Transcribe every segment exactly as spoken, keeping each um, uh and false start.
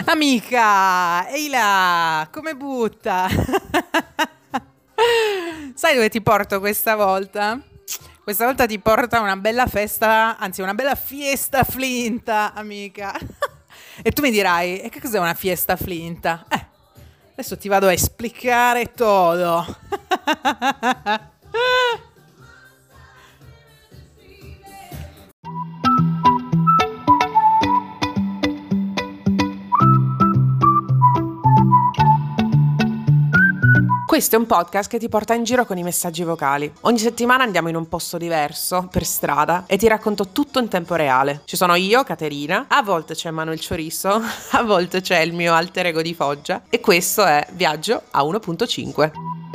Amica, ehi là, come butta? Sai dove ti porto questa volta? Questa volta ti porto a una bella festa, anzi una bella fiesta flinta, amica. E tu mi dirai, e che cos'è una fiesta flinta? Eh, adesso ti vado a esplicare tutto. Questo è un podcast che ti porta in giro con i messaggi vocali. Ogni settimana andiamo in un posto diverso, per strada, e ti racconto tutto in tempo reale. Ci sono io, Caterina, a volte c'è Manuel Cioriso, a volte c'è il mio alter ego di Foggia, e questo è Viaggio a uno punto cinque.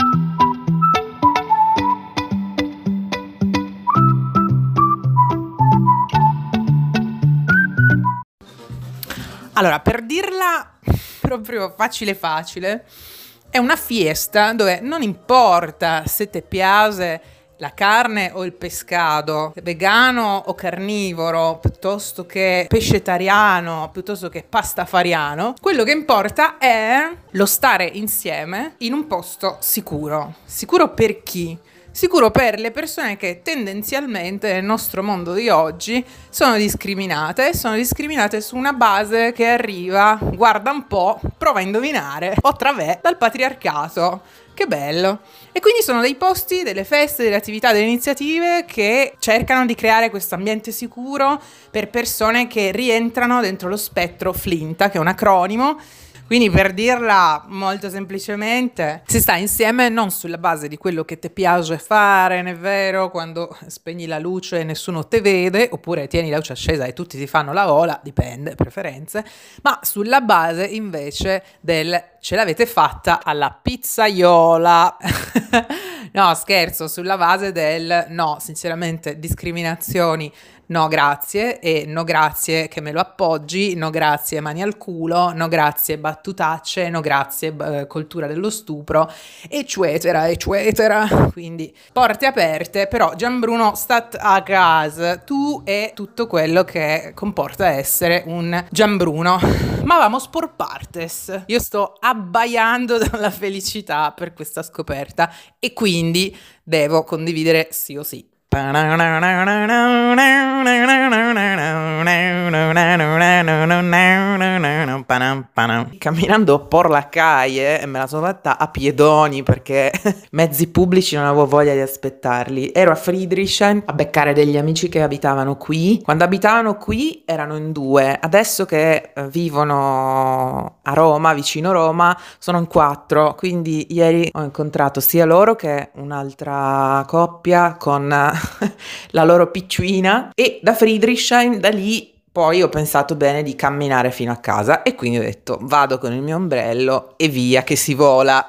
Allora, per dirla proprio facile facile, è una fiesta dove non importa se ti piace la carne o il pescato, vegano o carnivoro, piuttosto che pescetariano, piuttosto che pastafariano, quello che importa è lo stare insieme in un posto sicuro. Sicuro per chi? Sicuro per le persone che tendenzialmente nel nostro mondo di oggi sono discriminate, sono discriminate su una base che arriva, guarda un po', prova a indovinare, o travè dal patriarcato. Che bello! E quindi sono dei posti, delle feste, delle attività, delle iniziative che cercano di creare questo ambiente sicuro per persone che rientrano dentro lo spettro Flinta, che è un acronimo. Quindi, per dirla molto semplicemente, si sta insieme non sulla base di quello che ti piace fare, non è vero, quando spegni la luce e nessuno te vede, oppure tieni la luce accesa e tutti ti fanno la gola, dipende, preferenze, ma sulla base invece del ce l'avete fatta alla pizzaiola. No, scherzo, sulla base del no, sinceramente, discriminazioni no grazie, e no grazie che me lo appoggi, no grazie mani al culo, no grazie battutacce, no grazie eh, cultura dello stupro, eccetera, eccetera. Quindi porte aperte, però Gianbruno stat a casa, tu e tutto quello che comporta essere un Gianbruno. Ma vamos por partes. Io sto abbaiando dalla felicità per questa scoperta e quindi devo condividere sì o sì. Camminando por la calle e me la sono fatta a piedoni perché mezzi pubblici non avevo voglia di aspettarli. Ero a Friedrichshain a beccare degli amici che abitavano qui. Quando abitavano qui erano in due, adesso che vivono a Roma, vicino Roma, sono in quattro. Quindi ieri ho incontrato sia loro che un'altra coppia con la loro picciuina, e da Friedrichshain, da lì poi ho pensato bene di camminare fino a casa e quindi ho detto vado con il mio ombrello e via che si vola.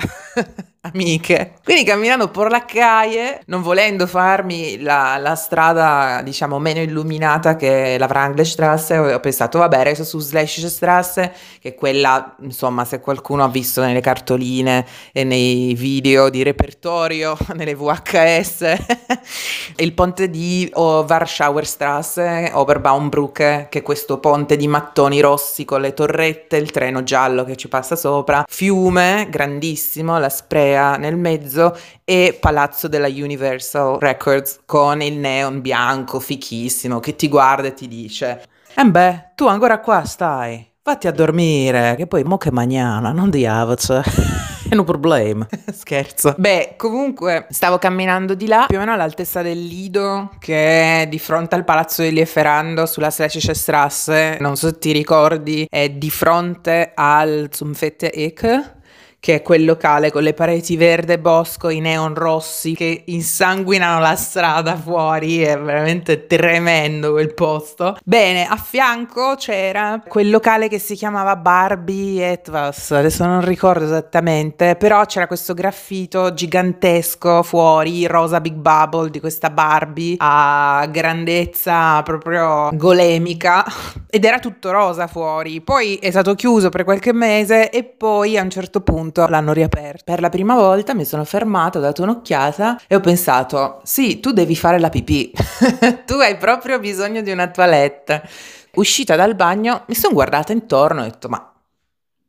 Amiche, quindi camminando per la calle, non volendo farmi la, la strada diciamo meno illuminata che la Wranglerstrasse, ho pensato vabbè resto su Schleichstrasse, che è quella, insomma, se qualcuno ha visto nelle cartoline e nei video di repertorio, nelle V H S, il ponte di oh, Warschauerstrasse, Oberbaumbrücke, che è questo ponte di mattoni rossi con le torrette, il treno giallo che ci passa sopra, fiume grandissimo, la Sprea nel mezzo e palazzo della Universal Records con il neon bianco fichissimo che ti guarda e ti dice eh beh, tu ancora qua stai, vatti a dormire che poi mo che mañana non diavoce. È un problema. Scherzo. Beh, comunque stavo camminando di là, più o meno all'altezza del Lido, che è di fronte al palazzo di Lieferando sulla Schleichstrasse. Non so se ti ricordi, è di fronte al Zumfette Ecke, che è quel locale con le pareti verde bosco, i neon rossi che insanguinano la strada fuori, è veramente tremendo quel posto. Bene, a fianco c'era quel locale che si chiamava Barbie Etwas, adesso non ricordo esattamente, però c'era questo graffito gigantesco fuori, rosa Big Bubble di questa Barbie a grandezza proprio golemica, ed era tutto rosa fuori. Poi è stato chiuso per qualche mese e poi a un certo punto l'hanno riaperto. Per la prima volta mi sono fermata, ho dato un'occhiata e ho pensato sì, tu devi fare la pipì. Tu hai proprio bisogno di una toilette. Uscita dal bagno mi sono guardata intorno e ho detto ma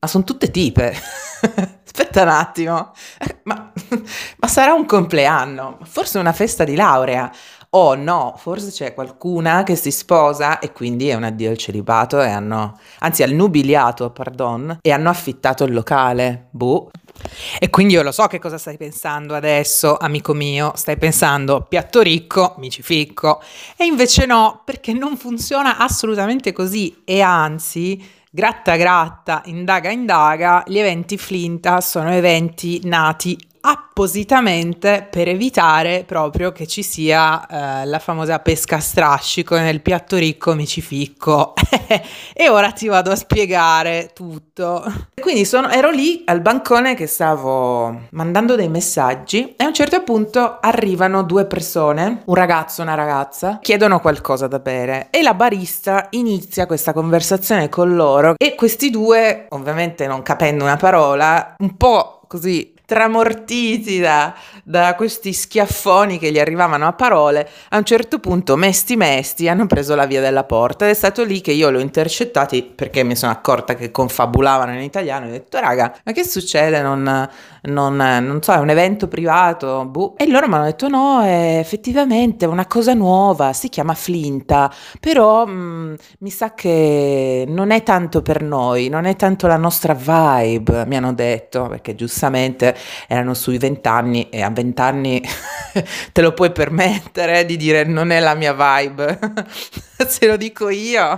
Ma sono tutte tipe. Aspetta un attimo. Ma, ma sarà un compleanno? Forse una festa di laurea? Oh no, forse c'è qualcuna che si sposa e quindi è un addio al celibato e hanno, anzi al nubiliato, pardon, e hanno affittato il locale. Boh. E quindi io lo so che cosa stai pensando adesso, amico mio. Stai pensando piatto ricco, mi ci ficco. E invece no, perché non funziona assolutamente così. E anzi, gratta gratta, indaga indaga, gli eventi Flinta sono eventi nati appositamente per evitare proprio che ci sia eh, la famosa pesca a strascico nel piatto ricco mi ci ficco. E ora ti vado a spiegare tutto. Quindi sono, ero lì al bancone che stavo mandando dei messaggi e a un certo punto arrivano due persone, un ragazzo e una ragazza, chiedono qualcosa da bere e la barista inizia questa conversazione con loro e questi due, ovviamente non capendo una parola, un po' così tramortiti da, da questi schiaffoni che gli arrivavano a parole, a un certo punto mesti mesti hanno preso la via della porta ed è stato lì che io li ho intercettati perché mi sono accorta che confabulavano in italiano e ho detto raga ma che succede, non, non, non so, è un evento privato, boh. E loro mi hanno detto no, è effettivamente una cosa nuova, si chiama Flinta, però mh, mi sa che non è tanto per noi, non è tanto la nostra vibe, mi hanno detto, perché giustamente erano sui vent'anni e a vent'anni te lo puoi permettere di dire non è la mia vibe. Se lo dico io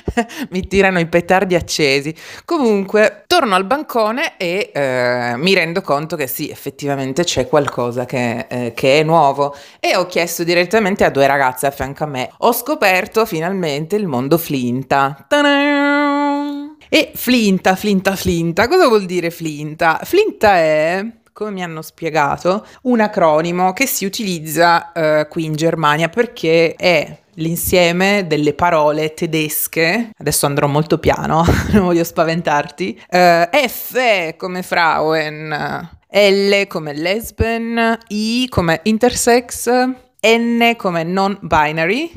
mi tirano i petardi accesi. Comunque torno al bancone e eh, mi rendo conto che sì, effettivamente c'è qualcosa che, eh, che è nuovo e ho chiesto direttamente a due ragazze a fianco a me. Ho scoperto finalmente il mondo Flinta. Ta-da! E Flinta, Flinta, Flinta, cosa vuol dire Flinta? Flinta è, come mi hanno spiegato, un acronimo che si utilizza eh, qui in Germania perché è l'insieme delle parole tedesche, adesso andrò molto piano, non voglio spaventarti, eh, F come Frauen, L come lesbian, I come intersex, N come non-binary,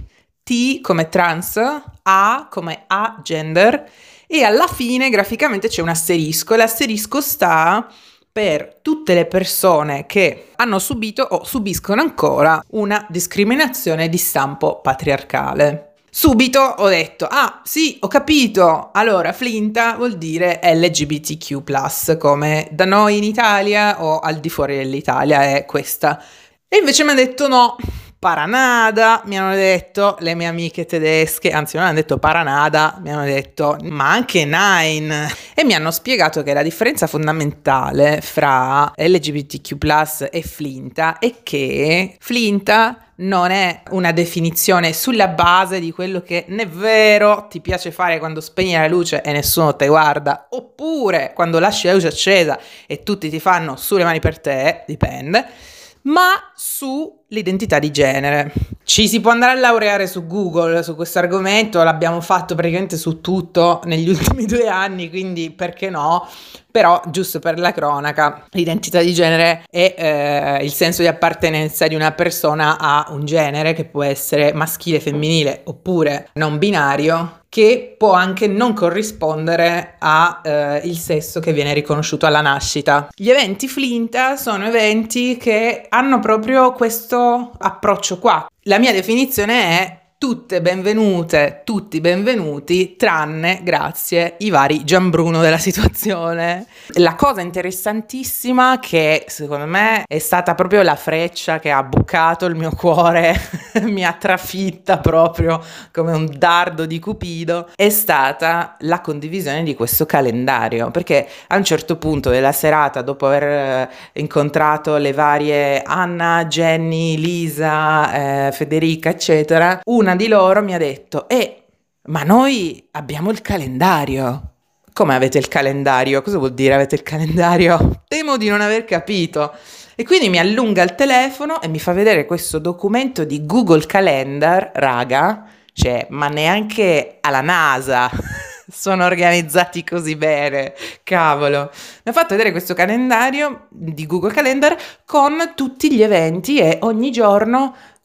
T come trans, A come agender e alla fine graficamente c'è un asterisco e l'asterisco sta per tutte le persone che hanno subito o subiscono ancora una discriminazione di stampo patriarcale. Subito ho detto, ah sì, ho capito, allora Flinta vuol dire L G B T Q plus, come da noi in Italia o al di fuori dell'Italia è questa. E invece mi ha detto no, paranada, mi hanno detto le mie amiche tedesche, anzi non hanno detto paranada, mi hanno detto ma anche nine e mi hanno spiegato che la differenza fondamentale fra L G B T Q plus e Flinta è che Flinta non è una definizione sulla base di quello che né è vero ti piace fare quando spegni la luce e nessuno te guarda, oppure quando lasci la luce accesa e tutti ti fanno su le mani per te, dipende, ma sull'identità di genere. Ci si può andare a laureare su Google su questo argomento, l'abbiamo fatto praticamente su tutto negli ultimi due anni, quindi perché no? Però, giusto per la cronaca, l'identità di genere è eh, il senso di appartenenza di una persona a un genere che può essere maschile, femminile oppure non binario, che può anche non corrispondere a eh, il sesso che viene riconosciuto alla nascita. Gli eventi Flinta sono eventi che hanno proprio questo approccio qua. La mia definizione è tutte benvenute, tutti benvenuti, tranne, grazie, i vari Gianbruno della situazione. La cosa interessantissima che secondo me è stata proprio la freccia che ha bucato il mio cuore, mi ha trafitta proprio come un dardo di Cupido, è stata la condivisione di questo calendario, perché a un certo punto della serata, dopo aver incontrato le varie Anna, Jenny, Lisa, eh, Federica, eccetera, una Una di loro mi ha detto, eh, ma noi abbiamo il calendario. Come avete il calendario? Cosa vuol dire avete il calendario? Temo di non aver capito. E quindi mi allunga il telefono e mi fa vedere questo documento di Google Calendar, raga, cioè, ma neanche alla NASA sono organizzati così bene, cavolo. Mi ha fatto vedere questo calendario di Google Calendar con tutti gli eventi e ogni giorno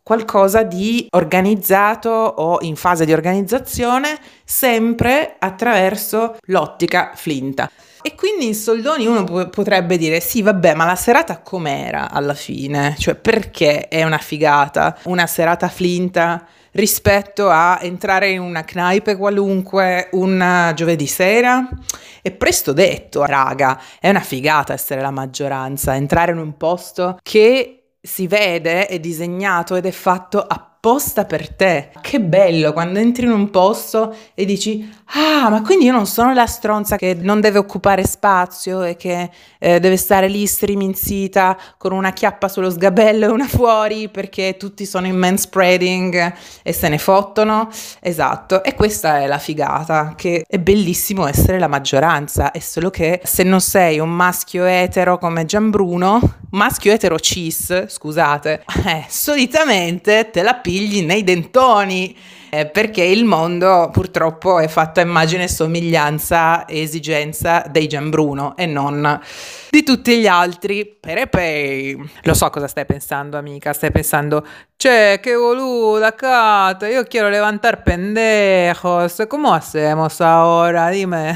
qualcosa di organizzato o in fase di organizzazione, sempre attraverso l'ottica Flinta. E quindi in soldoni uno po- potrebbe dire sì, vabbè, ma la serata com'era alla fine? Cioè, perché è una figata una serata Flinta rispetto a entrare in una kneipe qualunque un giovedì sera? È presto detto, raga, è una figata essere la maggioranza, entrare in un posto che si vede, è disegnato ed è fatto apposta per te. Che bello quando entri in un posto e dici ah, ma quindi io non sono la stronza che non deve occupare spazio e che eh, deve stare lì striminzita con una chiappa sullo sgabello e una fuori perché tutti sono in manspreading e se ne fottono. Esatto, e questa è la figata, che è bellissimo essere la maggioranza, è solo che se non sei un maschio etero come Gianbruno, maschio etero cis, scusate, eh, solitamente te la pigli nei dentoni, eh, perché il mondo purtroppo è fatto a immagine e somiglianza e esigenza dei Gianbruno e non di tutti gli altri. Perepei. Lo so cosa stai pensando, amica, stai pensando, che voluta, Cata, io quiero levantar pendejos, ¿cómo hacemos ahora? Dime.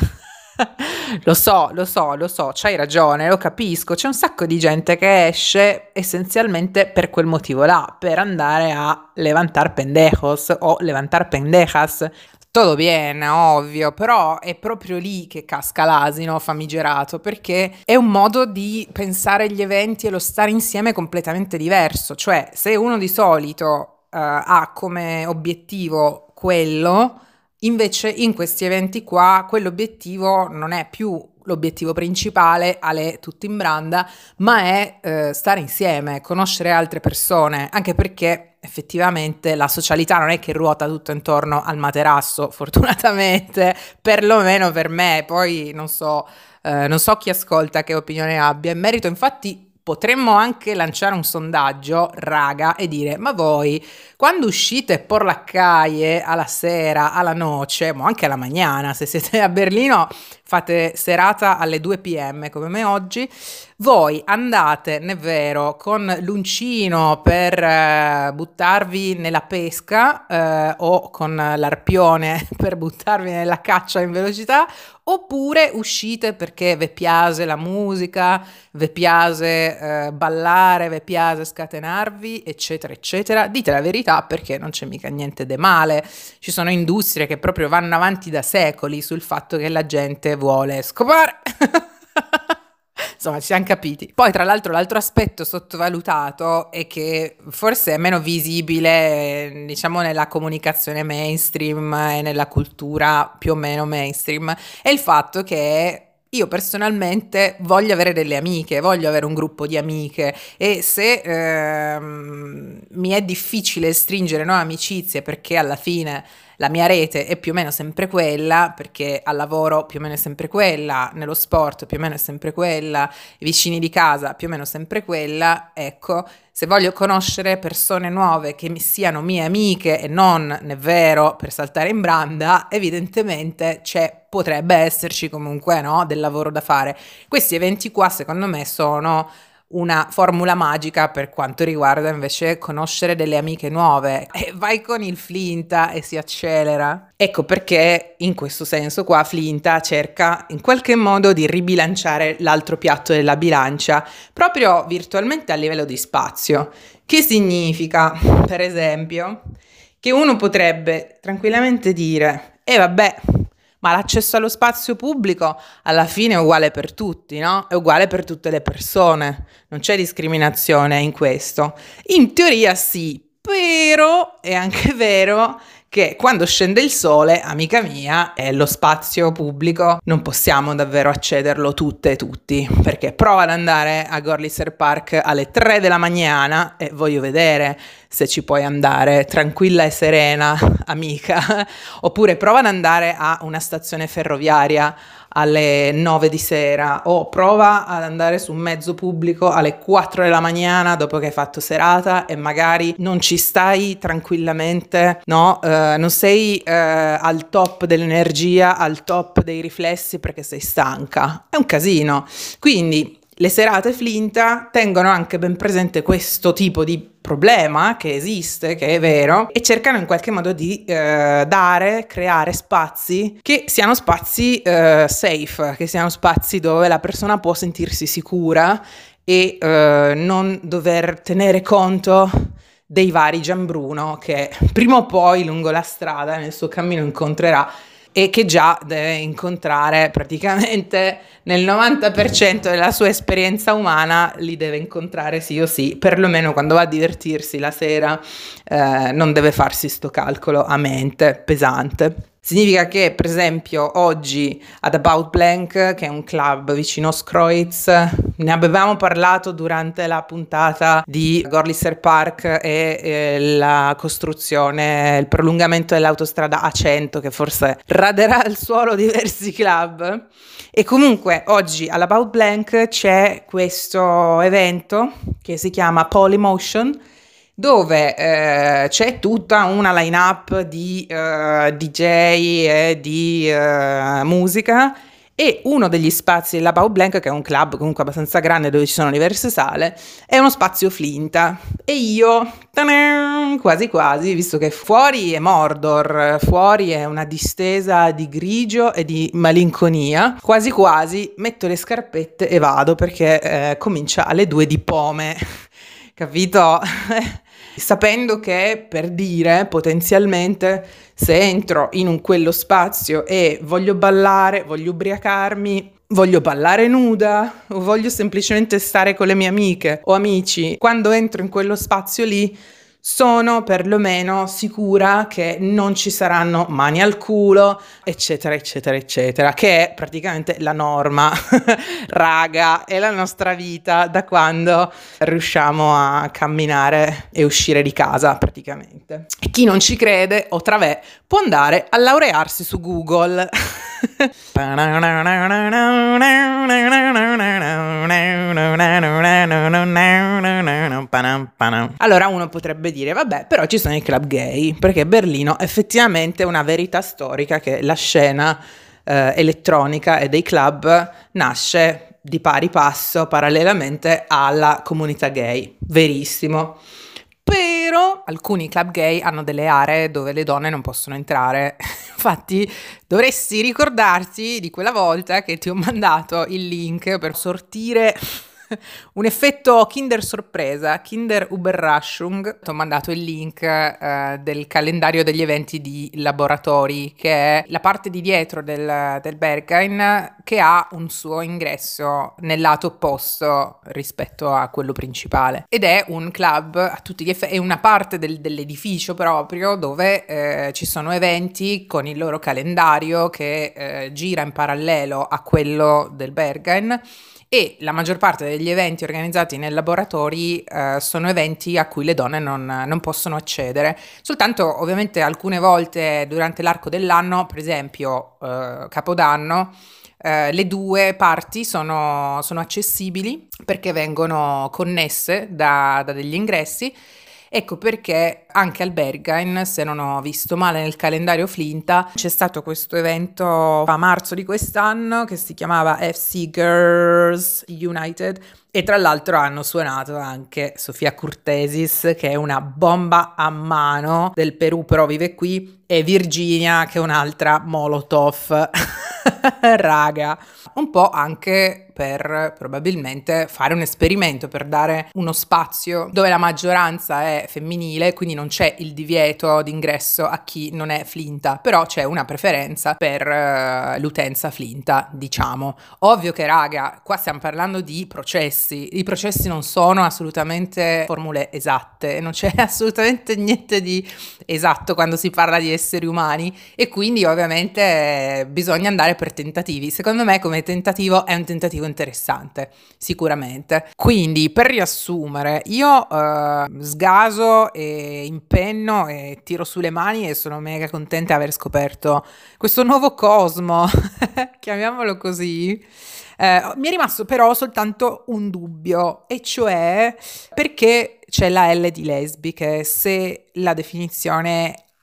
Lo so, lo so, lo so, c'hai ragione, lo capisco, c'è un sacco di gente che esce essenzialmente per quel motivo là, per andare a levantar pendejos o levantar pendejas. Todo bien, ovvio, però è proprio lì che casca l'asino famigerato, perché è un modo di pensare gli eventi e lo stare insieme completamente diverso. Cioè, se uno di solito uh, ha come obiettivo quello, invece in questi eventi qua quell'obiettivo non è più l'obiettivo principale, ale tutto in branda, ma è eh, stare insieme, conoscere altre persone, anche perché effettivamente la socialità non è che ruota tutto intorno al materasso, fortunatamente, perlomeno per me. Poi non so, eh, non so chi ascolta che opinione abbia in merito. Infatti potremmo anche lanciare un sondaggio, raga, e dire: ma voi quando uscite por la calle alla sera, alla noce, ma anche alla mañana, se siete a Berlino fate serata alle due p m come me oggi, voi andate, è vero, con l'uncino per eh, buttarvi nella pesca eh, o con l'arpione per buttarvi nella caccia in velocità, oppure uscite perché vi piace la musica, vi piace eh, ballare, vi piace scatenarvi, eccetera, eccetera. Dite la verità, perché non c'è mica niente di male. Ci sono industrie che proprio vanno avanti da secoli sul fatto che la gente vuole scopare. Insomma, ci siamo capiti. Poi, tra l'altro, l'altro aspetto sottovalutato è che forse è meno visibile, diciamo, nella comunicazione mainstream e nella cultura più o meno mainstream, è il fatto che io personalmente voglio avere delle amiche, voglio avere un gruppo di amiche, e se ehm, mi è difficile stringere nuove amicizie perché alla fine la mia rete è più o meno sempre quella, perché al lavoro più o meno è sempre quella, nello sport più o meno è sempre quella, i vicini di casa più o meno sempre quella, ecco, se voglio conoscere persone nuove che mi siano mie amiche e non, è vero, per saltare in branda, evidentemente c'è, potrebbe esserci comunque, no, del lavoro da fare. Questi eventi qua secondo me sono una formula magica per quanto riguarda invece conoscere delle amiche nuove, e vai con il Flinta e si accelera. Ecco perché in questo senso qua Flinta cerca in qualche modo di ribilanciare l'altro piatto della bilancia, proprio virtualmente a livello di spazio. Che significa, per esempio, che uno potrebbe tranquillamente dire e eh vabbè, ma l'accesso allo spazio pubblico alla fine è uguale per tutti, no? È uguale per tutte le persone, non c'è discriminazione in questo. In teoria sì, però è anche vero che quando scende il sole, amica mia, è lo spazio pubblico, non possiamo davvero accederlo tutte e tutti, perché prova ad andare a Gorlitzer Park alle tre della mattina e voglio vedere se ci puoi andare tranquilla e serena, amica, oppure prova ad andare a una stazione ferroviaria alle nove di sera, o prova ad andare su un mezzo pubblico alle quattro della mattina dopo che hai fatto serata e magari non ci stai tranquillamente, no? Uh, non sei uh, al top dell'energia, al top dei riflessi perché sei stanca. È un casino. Quindi Le serate Flinta tengono anche ben presente questo tipo di problema che esiste, che è vero, e cercano in qualche modo di eh, dare, creare spazi che siano spazi eh, safe, che siano spazi dove la persona può sentirsi sicura e eh, non dover tenere conto dei vari Gianbruno che prima o poi lungo la strada nel suo cammino incontrerà e che già deve incontrare praticamente nel novanta per cento della sua esperienza umana, li deve incontrare sì o sì, perlomeno quando va a divertirsi la sera eh, non deve farsi sto calcolo a mente pesante. Significa che, per esempio, oggi ad About Blank, che è un club vicino Scroitz, ne avevamo parlato durante la puntata di Gorlister Park e eh, la costruzione, il prolungamento dell'autostrada A cento, che forse raderà il suolo di diversi club. E comunque oggi all'About Blank c'è questo evento che si chiama Polymotion, dove eh, c'è tutta una line-up di uh, D J e di uh, musica, e uno degli spazi dell'About Blank, che è un club comunque abbastanza grande dove ci sono diverse sale, è uno spazio Flinta. E io, ta-da, quasi quasi, visto che fuori è Mordor, fuori è una distesa di grigio e di malinconia, quasi quasi metto le scarpette e vado, perché eh, comincia alle due di Pome, capito? Sapendo che, per dire, potenzialmente, se entro in un quello spazio e voglio ballare, voglio ubriacarmi, voglio ballare nuda o voglio semplicemente stare con le mie amiche o amici, quando entro in quello spazio lì sono perlomeno sicura che non ci saranno mani al culo, eccetera, eccetera, eccetera, che è praticamente la norma, raga, è la nostra vita da quando riusciamo a camminare e uscire di casa, praticamente. E chi non ci crede o travè può andare a laurearsi su Google. Allora uno potrebbe dire, vabbè, però ci sono i club gay, perché Berlino effettivamente è una verità storica che la scena eh, elettronica e dei club nasce di pari passo parallelamente alla comunità gay, verissimo. Però alcuni club gay hanno delle aree dove le donne non possono entrare. Infatti dovresti ricordarti di quella volta che ti ho mandato il link per sortire un effetto Kinder sorpresa, Kinder Überraschung. Ti ho mandato il link eh, del calendario degli eventi di laboratori, che è la parte di dietro del, del Berghain, che ha un suo ingresso nel lato opposto rispetto a quello principale, ed è un club a tutti gli effetti, è una parte del, dell'edificio proprio dove eh, ci sono eventi con il loro calendario che eh, gira in parallelo a quello del Berghain. E la maggior parte degli eventi organizzati nei laboratori eh, sono eventi a cui le donne non, non possono accedere. Soltanto ovviamente alcune volte durante l'arco dell'anno, per esempio eh, Capodanno, eh, le due parti sono, sono accessibili perché vengono connesse da, da degli ingressi. Ecco perché anche al Berghain, se non ho visto male nel calendario Flinta, c'è stato questo evento a marzo di quest'anno che si chiamava F C Girls United, e tra l'altro hanno suonato anche Sofia Curtesis, che è una bomba a mano del Perù, però vive qui, e Virginia, che è un'altra Molotov. Raga, un po' anche per probabilmente fare un esperimento, per dare uno spazio dove la maggioranza è femminile, quindi non c'è il divieto d'ingresso a chi non è Flinta, però c'è una preferenza per uh, l'utenza Flinta, diciamo. Ovvio che, raga, qua stiamo parlando di processi, i processi non sono assolutamente formule esatte, non c'è assolutamente niente di esatto quando si parla di esseri umani, e quindi ovviamente bisogna andare per tentativi. Secondo me come tentativo è un tentativo interessante, sicuramente. Quindi, per riassumere, io eh, sgaso e impenno e tiro sulle mani, e sono mega contenta di aver scoperto questo nuovo cosmo, chiamiamolo così. Eh, mi è rimasto però soltanto un dubbio, e cioè perché c'è la L di lesbiche, se la definizione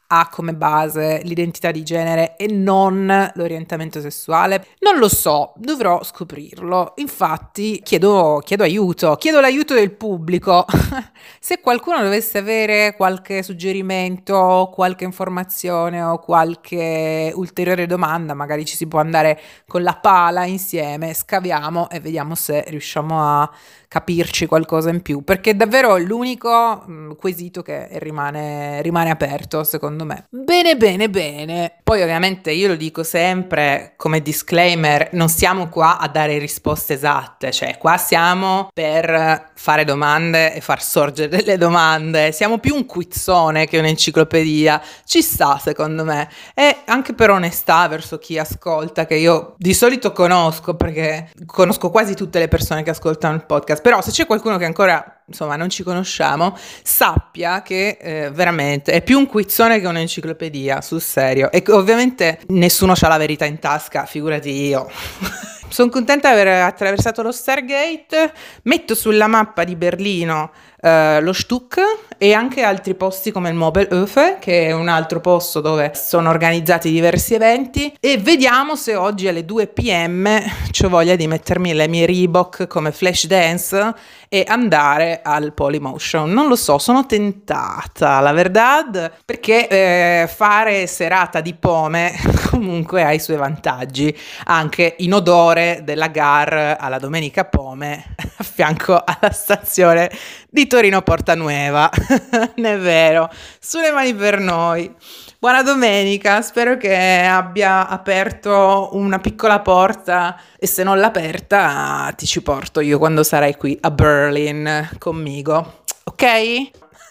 ha come base l'identità di genere e non l'orientamento sessuale? Non lo so, dovrò scoprirlo. Infatti chiedo, chiedo aiuto, chiedo l'aiuto del pubblico. Se qualcuno dovesse avere qualche suggerimento, qualche informazione o qualche ulteriore domanda, magari ci si può andare con la pala insieme, scaviamo e vediamo se riusciamo a capirci qualcosa in più, perché è davvero l'unico mh, quesito che rimane, rimane aperto, secondo me. Bene, bene, bene. Poi ovviamente io lo dico sempre come disclaimer, non siamo qua a dare risposte esatte, cioè qua siamo per fare domande e far sorgere delle domande, siamo più un quizzone che un'enciclopedia, ci sta secondo me, e anche per onestà verso chi ascolta, che io di solito conosco perché conosco quasi tutte le persone che ascoltano il podcast, però se c'è qualcuno che ancora insomma non ci conosciamo, sappia che eh, veramente è più un quizzone che un'enciclopedia, sul serio, e ovviamente nessuno c'ha la verità in tasca, figurati io. Sono contenta di aver attraversato lo Stargate, metto sulla mappa di Berlino Uh, lo Stuck e anche altri posti come il Mobelhof, che è un altro posto dove sono organizzati diversi eventi, e vediamo se oggi alle due p m c'ho voglia di mettermi le mie Reebok come flash dance e andare al Polymotion. Non lo so, sono tentata, la verdad, perché eh, fare serata di pome comunque ha i suoi vantaggi, anche in odore della Gare alla Domenica Pome a fianco alla stazione di Torino Porta Nuova. Non è vero, sulle mani per noi. Buona domenica, spero che abbia aperto una piccola porta, e se non l'ha aperta ti ci porto io quando sarai qui a Berlin conmigo, ok?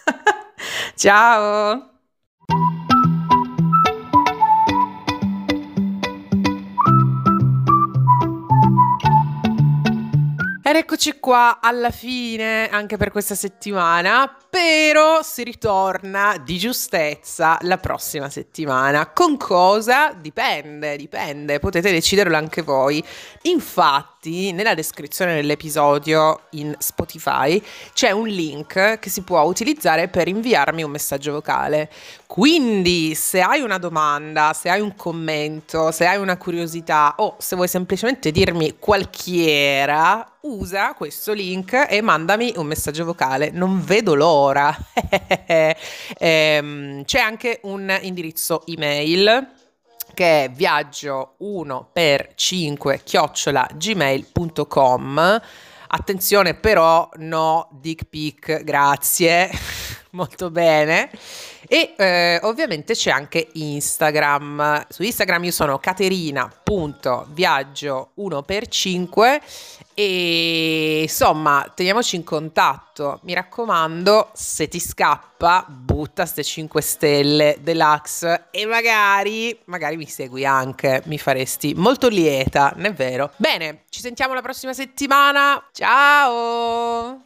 Ciao! Ed eccoci qua alla fine anche per questa settimana, però si ritorna di giustezza la prossima settimana. Con cosa? Dipende, dipende, potete deciderlo anche voi. Infatti, nella descrizione dell'episodio in Spotify c'è un link che si può utilizzare per inviarmi un messaggio vocale. Quindi, se hai una domanda, se hai un commento, se hai una curiosità o se vuoi semplicemente dirmi qualchiera, usa questo link e mandami un messaggio vocale. Non vedo l'ora. ehm, c'è anche un indirizzo email che è viaggio uno per cinque chiocciola gmail punto com. Attenzione però, no dick pic, grazie. Molto bene. E eh, ovviamente c'è anche Instagram. Su Instagram io sono caterina punto viaggio uno per cinque e insomma teniamoci in contatto. Mi raccomando, se ti scappa butta ste cinque stelle deluxe e magari magari mi segui anche, mi faresti molto lieta, non è vero? Bene, ci sentiamo la prossima settimana, ciao!